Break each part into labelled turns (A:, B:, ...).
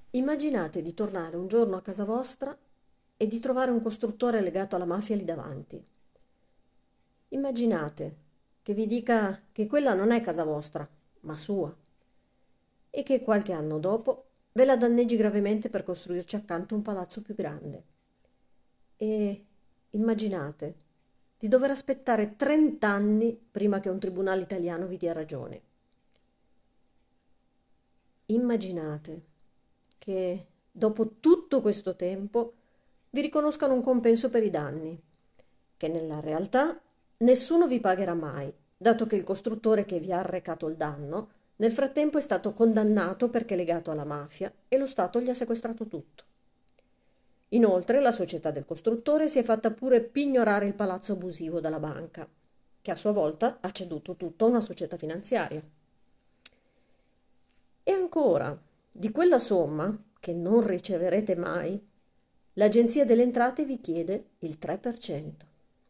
A: Immaginate di tornare un giorno a casa vostra e di trovare un costruttore legato alla mafia lì davanti. Immaginate che vi dica che quella non è casa vostra, ma sua, e che qualche anno dopo ve la danneggi gravemente per costruirci accanto un palazzo più grande. E immaginate di dover aspettare 30 anni prima che un tribunale italiano vi dia ragione. Immaginate che dopo tutto questo tempo vi riconoscano un compenso per i danni, che nella realtà nessuno vi pagherà mai, dato che il costruttore che vi ha arrecato il danno nel frattempo è stato condannato perché legato alla mafia e lo Stato gli ha sequestrato tutto. Inoltre la società del costruttore si è fatta pure pignorare il palazzo abusivo dalla banca, che a sua volta ha ceduto tutto a una società finanziaria. E ancora, di quella somma, che non riceverete mai, l'Agenzia delle Entrate vi chiede il 3%.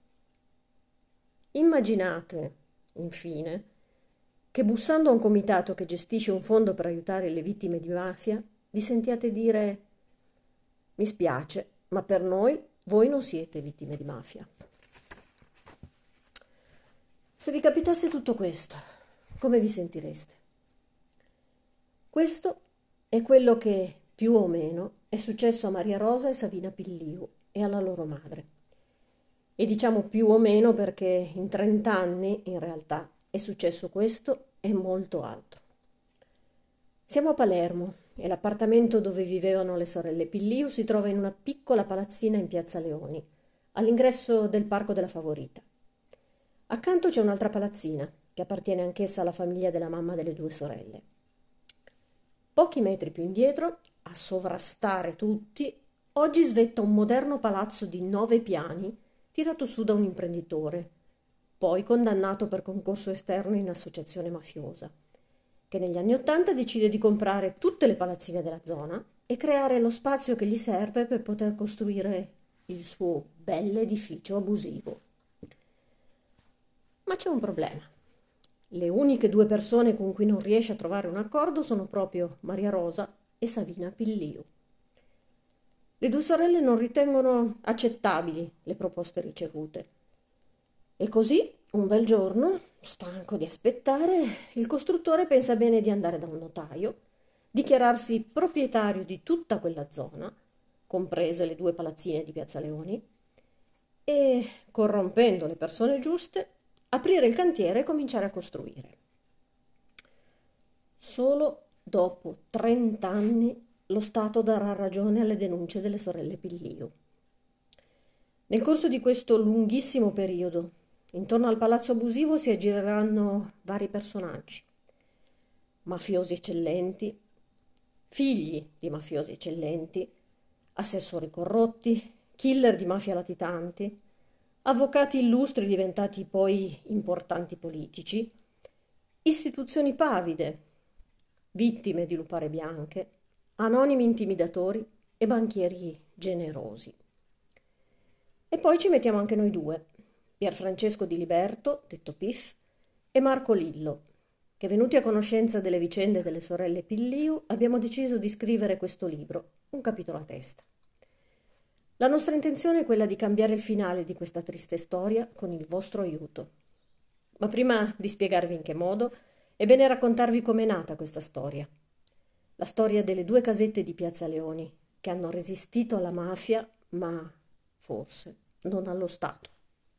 A: Immaginate, infine, che bussando a un comitato che gestisce un fondo per aiutare le vittime di mafia, vi sentiate dire: mi spiace, ma per noi voi non siete vittime di mafia. Se vi capitasse tutto questo, come vi sentireste? Questo è quello che, più o meno, è successo a Maria Rosa e Savina Pilliu e alla loro madre. E diciamo più o meno perché in 30 anni, in realtà, è successo questo e molto altro. Siamo a Palermo e l'appartamento dove vivevano le sorelle Pilliu si trova in una piccola palazzina in Piazza Leoni, all'ingresso del Parco della Favorita. Accanto c'è un'altra palazzina, che appartiene anch'essa alla famiglia della mamma delle due sorelle. Pochi metri più indietro, a sovrastare tutti, oggi svetta un moderno palazzo di 9 piani tirato su da un imprenditore, poi condannato per concorso esterno in associazione mafiosa, che negli anni '80 decide di comprare tutte le palazzine della zona e creare lo spazio che gli serve per poter costruire il suo bell'edificio abusivo. Ma c'è un problema. Le uniche due persone con cui non riesce a trovare un accordo sono proprio Maria Rosa e Savina Pilliu. Le due sorelle non ritengono accettabili le proposte ricevute. E così, un bel giorno, stanco di aspettare, il costruttore pensa bene di andare da un notaio, dichiararsi proprietario di tutta quella zona, comprese le due palazzine di Piazza Leoni, e, corrompendo le persone giuste, aprire il cantiere e cominciare a costruire. Solo dopo 30 anni lo Stato darà ragione alle denunce delle sorelle Pilliu. Nel corso di questo lunghissimo periodo, intorno al palazzo abusivo si aggireranno vari personaggi, mafiosi eccellenti, figli di mafiosi eccellenti, assessori corrotti, killer di mafia latitanti, avvocati illustri diventati poi importanti politici, istituzioni pavide, vittime di lupare bianche, anonimi intimidatori e banchieri generosi. E poi ci mettiamo anche noi due, Pierfrancesco Di Liberto, detto Piff, e Marco Lillo, che venuti a conoscenza delle vicende delle sorelle Pilliu abbiamo deciso di scrivere questo libro, un capitolo a testa. La nostra intenzione è quella di cambiare il finale di questa triste storia con il vostro aiuto. Ma prima di spiegarvi in che modo, è bene raccontarvi com'è nata questa storia. La storia delle due casette di Piazza Leoni, che hanno resistito alla mafia, ma forse non allo Stato.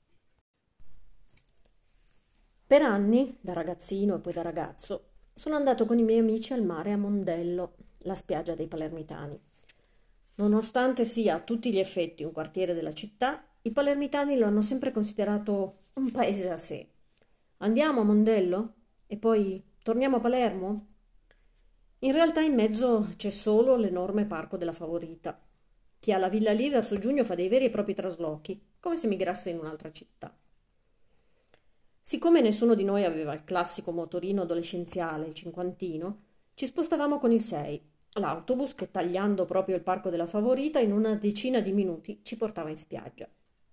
A: Per anni, da ragazzino e poi da ragazzo, sono andato con i miei amici al mare a Mondello, la spiaggia dei palermitani. Nonostante sia a tutti gli effetti un quartiere della città, i palermitani lo hanno sempre considerato un paese a sé. Andiamo a Mondello? E poi torniamo a Palermo? In realtà in mezzo c'è solo l'enorme parco della Favorita. Chi ha la villa lì verso giugno fa dei veri e propri traslochi, come se migrasse in un'altra città. Siccome nessuno di noi aveva il classico motorino adolescenziale, il cinquantino, ci spostavamo con il 6, l'autobus che tagliando proprio il parco della Favorita in una decina di minuti ci portava in spiaggia.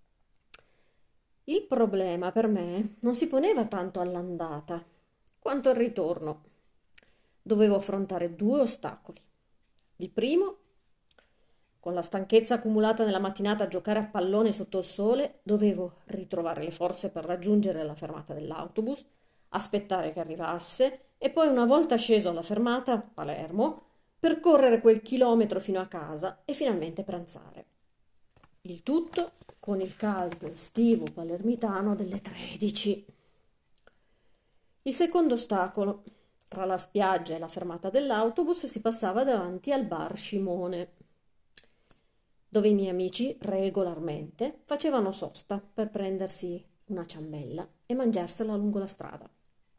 A: Il problema per me non si poneva tanto all'andata quanto al ritorno. Dovevo affrontare due ostacoli. Il primo, con la stanchezza accumulata nella mattinata a giocare a pallone sotto il sole, dovevo ritrovare le forze per raggiungere la fermata dell'autobus, aspettare che arrivasse e poi, una volta sceso alla fermata, Palermo, percorrere quel chilometro fino a casa e finalmente pranzare. Il tutto con il caldo estivo palermitano delle 13. Il secondo ostacolo, tra la spiaggia e la fermata dell'autobus, si passava davanti al bar Scimone, dove i miei amici regolarmente facevano sosta per prendersi una ciambella e mangiarsela lungo la strada.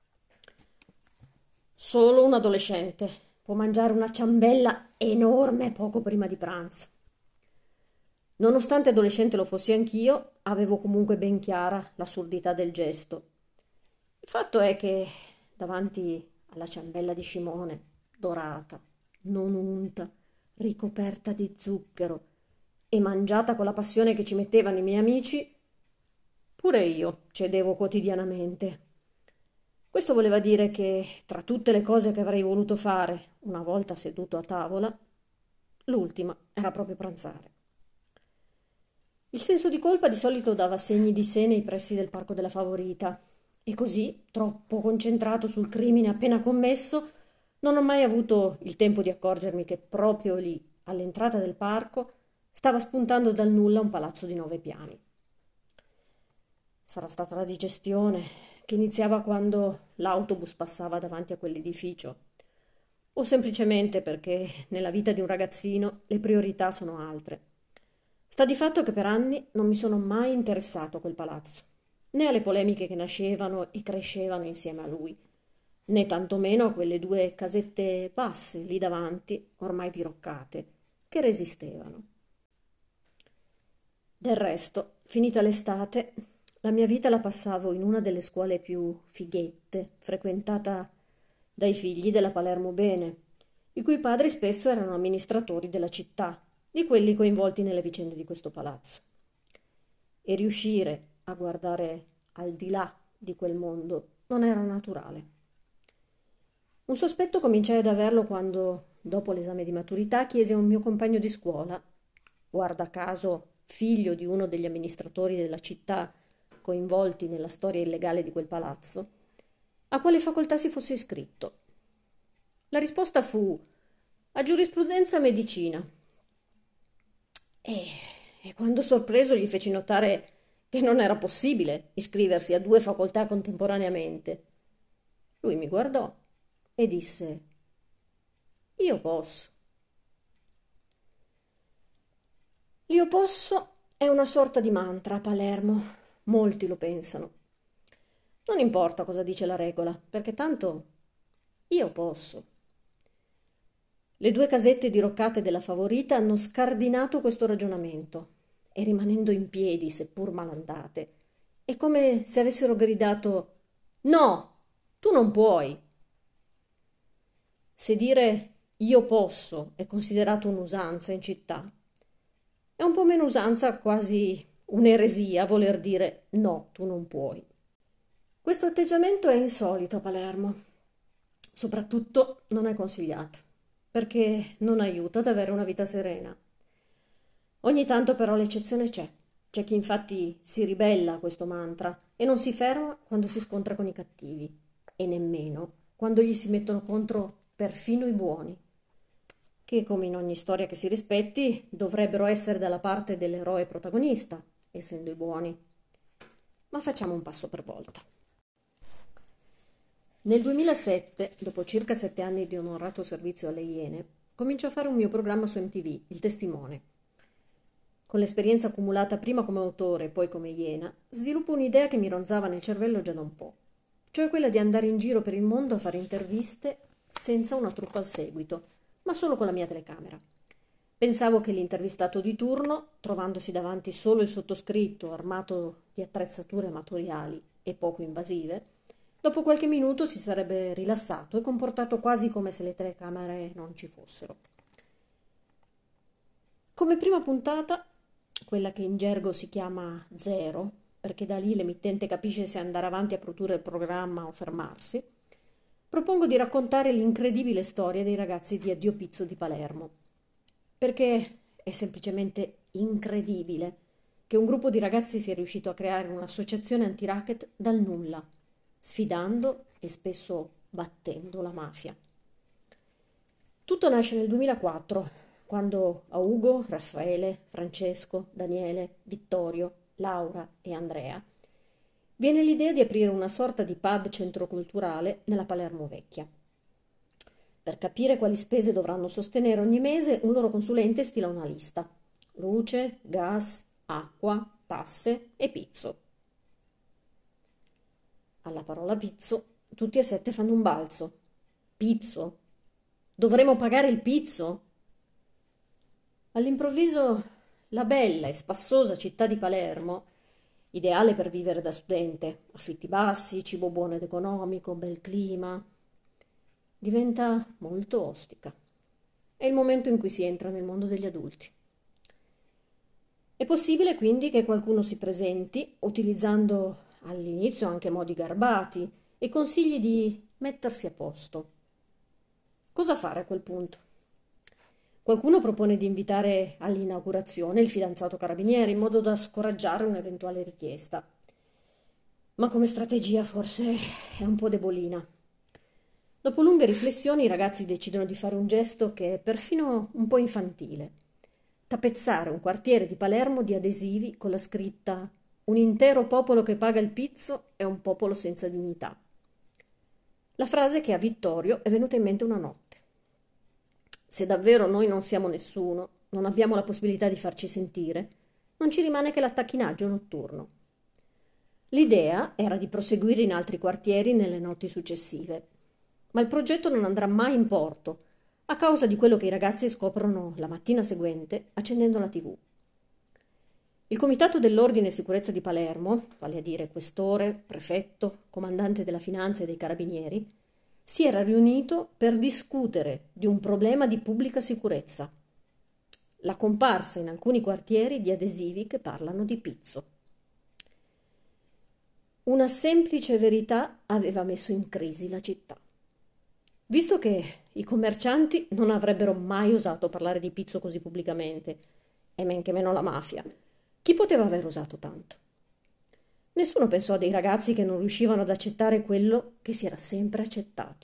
A: Solo un adolescente può mangiare una ciambella enorme poco prima di pranzo. Nonostante adolescente lo fossi anch'io, avevo comunque ben chiara l'assurdità del gesto. Il fatto è che davanti alla ciambella di Scimone, dorata, non unta, ricoperta di zucchero e mangiata con la passione che ci mettevano i miei amici, pure io cedevo quotidianamente. Questo voleva dire che, tra tutte le cose che avrei voluto fare una volta seduto a tavola, l'ultima era proprio pranzare. Il senso di colpa di solito dava segni di sé nei pressi del Parco della Favorita, e così, troppo concentrato sul crimine appena commesso, non ho mai avuto il tempo di accorgermi che proprio lì, all'entrata del parco, stava spuntando dal nulla un palazzo di 9 piani. Sarà stata la digestione, che iniziava quando l'autobus passava davanti a quell'edificio, o semplicemente perché nella vita di un ragazzino le priorità sono altre. Sta di fatto che per anni non mi sono mai interessato a quel palazzo, né alle polemiche che nascevano e crescevano insieme a lui, né tantomeno a quelle 2 casette basse lì davanti, ormai diroccate, che resistevano. Del resto, finita l'estate, la mia vita la passavo in una delle scuole più fighette, frequentata dai figli della Palermo Bene, i cui padri spesso erano amministratori della città, di quelli coinvolti nelle vicende di questo palazzo. E riuscire a guardare al di là di quel mondo non era naturale. Un sospetto cominciai ad averlo quando, dopo l'esame di maturità, chiesi a un mio compagno di scuola, guarda caso figlio di uno degli amministratori della città coinvolti nella storia illegale di quel palazzo, a quale facoltà si fosse iscritto. La risposta fu a giurisprudenza e medicina. E quando sorpreso gli feci notare che non era possibile iscriversi a 2 facoltà contemporaneamente. Lui mi guardò e disse: Io posso. L'Io posso è una sorta di mantra a Palermo. Molti lo pensano. Non importa cosa dice la regola, perché tanto io posso. Le 2 casette diroccate della Favorita hanno scardinato questo ragionamento e, rimanendo in piedi, seppur malandate, è come se avessero gridato: No, tu non puoi. Se dire io posso è considerato un'usanza in città, è un po' meno usanza, quasi un'eresia, voler dire no, tu non puoi. Questo atteggiamento è insolito a Palermo. Soprattutto non è consigliato, perché non aiuta ad avere una vita serena. Ogni tanto però l'eccezione c'è. C'è chi infatti si ribella a questo mantra e non si ferma quando si scontra con i cattivi, e nemmeno quando gli si mettono contro perfino i buoni, che, come in ogni storia che si rispetti, dovrebbero essere dalla parte dell'eroe protagonista, essendo i buoni. Ma facciamo un passo per volta. Nel 2007, dopo circa 7 anni di onorato servizio alle Iene, comincio a fare un mio programma su MTV, Il Testimone. Con l'esperienza accumulata prima come autore e poi come Iena, sviluppo un'idea che mi ronzava nel cervello già da un po', cioè quella di andare in giro per il mondo a fare interviste senza una troupe al seguito, ma solo con la mia telecamera. Pensavo che l'intervistato di turno, trovandosi davanti solo il sottoscritto armato di attrezzature amatoriali e poco invasive, dopo qualche minuto si sarebbe rilassato e comportato quasi come se le telecamere non ci fossero. Come prima puntata, quella che in gergo si chiama zero, perché da lì l'emittente capisce se andare avanti a produrre il programma o fermarsi, propongo di raccontare l'incredibile storia dei ragazzi di Addio Pizzo di Palermo, perché è semplicemente incredibile che un gruppo di ragazzi sia riuscito a creare un'associazione anti-racket dal nulla, sfidando e spesso battendo la mafia. Tutto nasce nel 2004, quando a Ugo, Raffaele, Francesco, Daniele, Vittorio, Laura e Andrea viene l'idea di aprire una sorta di pub centro culturale nella Palermo Vecchia. Per capire quali spese dovranno sostenere ogni mese, un loro consulente stila una lista: luce, gas, acqua, tasse e pizzo. Alla parola pizzo, tutti e sette fanno un balzo. Pizzo? Dovremo pagare il pizzo? All'improvviso, la bella e spassosa città di Palermo, ideale per vivere da studente, affitti bassi, cibo buono ed economico, bel clima, diventa molto ostica. È il momento in cui si entra nel mondo degli adulti. È possibile quindi che qualcuno si presenti, utilizzando all'inizio anche modi garbati e consigli di mettersi a posto. Cosa fare a quel punto? Qualcuno propone di invitare all'inaugurazione il fidanzato carabiniere in modo da scoraggiare un'eventuale richiesta. Ma come strategia forse è un po' debolina. Dopo lunghe riflessioni i ragazzi decidono di fare un gesto che è perfino un po' infantile: tappezzare un quartiere di Palermo di adesivi con la scritta «Un intero popolo che paga il pizzo è un popolo senza dignità». La frase che a Vittorio è venuta in mente una notte. Se davvero noi non siamo nessuno, non abbiamo la possibilità di farci sentire, non ci rimane che l'attacchinaggio notturno. L'idea era di proseguire in altri quartieri nelle notti successive, ma il progetto non andrà mai in porto a causa di quello che i ragazzi scoprono la mattina seguente accendendo la TV. Il Comitato dell'Ordine e Sicurezza di Palermo, vale a dire questore, prefetto, comandante della Finanza e dei Carabinieri, si era riunito per discutere di un problema di pubblica sicurezza: la comparsa in alcuni quartieri di adesivi che parlano di pizzo. Una semplice verità aveva messo in crisi la città. Visto che i commercianti non avrebbero mai osato parlare di pizzo così pubblicamente, e men che meno la mafia, chi poteva aver osato tanto? Nessuno pensò a dei ragazzi che non riuscivano ad accettare quello che si era sempre accettato.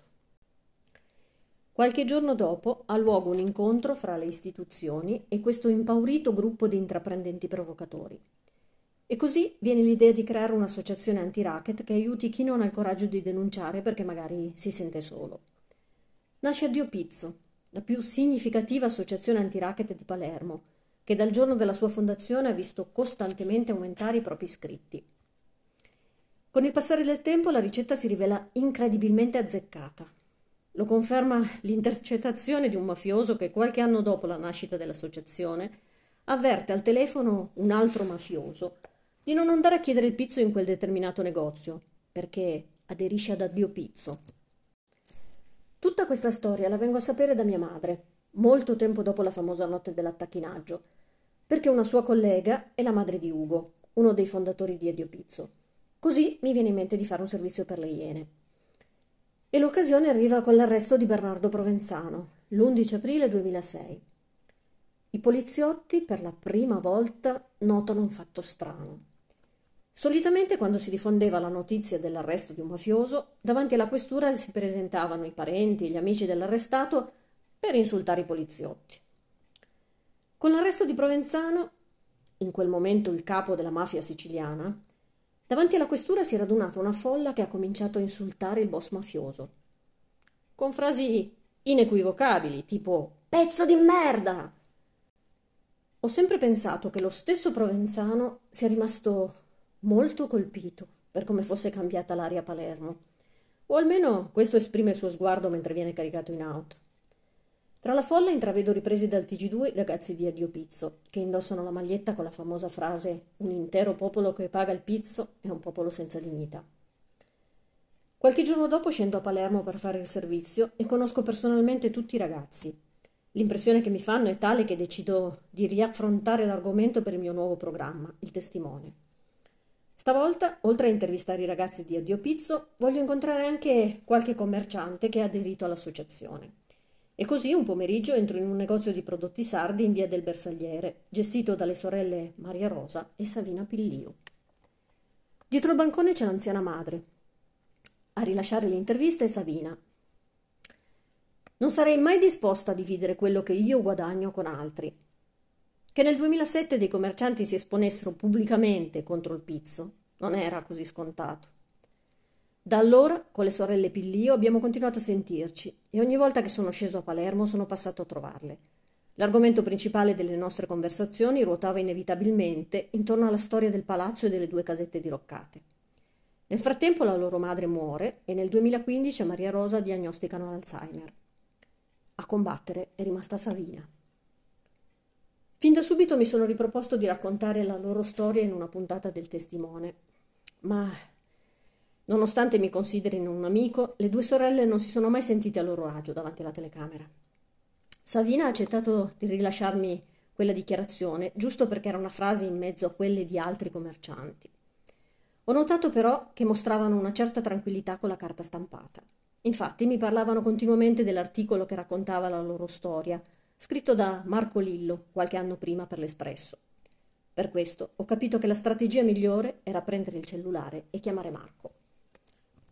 A: Qualche giorno dopo ha luogo un incontro fra le istituzioni e questo impaurito gruppo di intraprendenti provocatori. E così viene l'idea di creare un'associazione anti-racket che aiuti chi non ha il coraggio di denunciare perché magari si sente solo. Nasce Addio Pizzo, la più significativa associazione anti-racket di Palermo, che dal giorno della sua fondazione ha visto costantemente aumentare i propri iscritti. Con il passare del tempo la ricetta si rivela incredibilmente azzeccata. Lo conferma l'intercettazione di un mafioso che qualche anno dopo la nascita dell'associazione avverte al telefono un altro mafioso di non andare a chiedere il pizzo in quel determinato negozio, perché aderisce ad Addio Pizzo. Tutta questa storia la vengo a sapere da mia madre, molto tempo dopo la famosa notte dell'attacchinaggio, perché una sua collega è la madre di Ugo, uno dei fondatori di Addio Pizzo. Così mi viene in mente di fare un servizio per le Iene. E l'occasione arriva con l'arresto di Bernardo Provenzano, l'11 aprile 2006. I poliziotti per la prima volta notano un fatto strano. Solitamente quando si diffondeva la notizia dell'arresto di un mafioso, davanti alla questura si presentavano i parenti e gli amici dell'arrestato per insultare i poliziotti. Con l'arresto di Provenzano, in quel momento il capo della mafia siciliana, davanti alla questura si è radunata una folla che ha cominciato a insultare il boss mafioso, con frasi inequivocabili, tipo «Pezzo di merda!». Ho sempre pensato che lo stesso Provenzano sia rimasto molto colpito per come fosse cambiata l'aria a Palermo, o almeno questo esprime il suo sguardo mentre viene caricato in auto. Tra la folla intravedo ripresi dal TG2 i ragazzi di Addio Pizzo, che indossano la maglietta con la famosa frase «Un intero popolo che paga il pizzo è un popolo senza dignità». Qualche giorno dopo scendo a Palermo per fare il servizio e conosco personalmente tutti i ragazzi. L'impressione che mi fanno è tale che decido di riaffrontare l'argomento per il mio nuovo programma, Il Testimone. Stavolta, oltre a intervistare i ragazzi di Addio Pizzo, voglio incontrare anche qualche commerciante che ha aderito all'associazione. E così un pomeriggio entro in un negozio di prodotti sardi in via del Bersagliere, gestito dalle sorelle Maria Rosa e Savina Pillio. Dietro il bancone c'è l'anziana madre. A rilasciare l'intervista è Savina. Non sarei mai disposta a dividere quello che io guadagno con altri. Che nel 2007 dei commercianti si esponessero pubblicamente contro il pizzo non era così scontato. Da allora, con le sorelle Pillio, abbiamo continuato a sentirci e ogni volta che sono sceso a Palermo sono passato a trovarle. L'argomento principale delle nostre conversazioni ruotava inevitabilmente intorno alla storia del palazzo e delle due casette diroccate. Nel frattempo la loro madre muore e nel 2015 a Maria Rosa diagnosticano l'Alzheimer. A combattere è rimasta Savina. Fin da subito mi sono riproposto di raccontare la loro storia in una puntata del Testimone, ma nonostante mi considerino un amico, le due sorelle non si sono mai sentite a loro agio davanti alla telecamera. Savina ha accettato di rilasciarmi quella dichiarazione, giusto perché era una frase in mezzo a quelle di altri commercianti. Ho notato però che mostravano una certa tranquillità con la carta stampata. Infatti mi parlavano continuamente dell'articolo che raccontava la loro storia, scritto da Marco Lillo qualche anno prima per l'Espresso. Per questo ho capito che la strategia migliore era prendere il cellulare e chiamare Marco.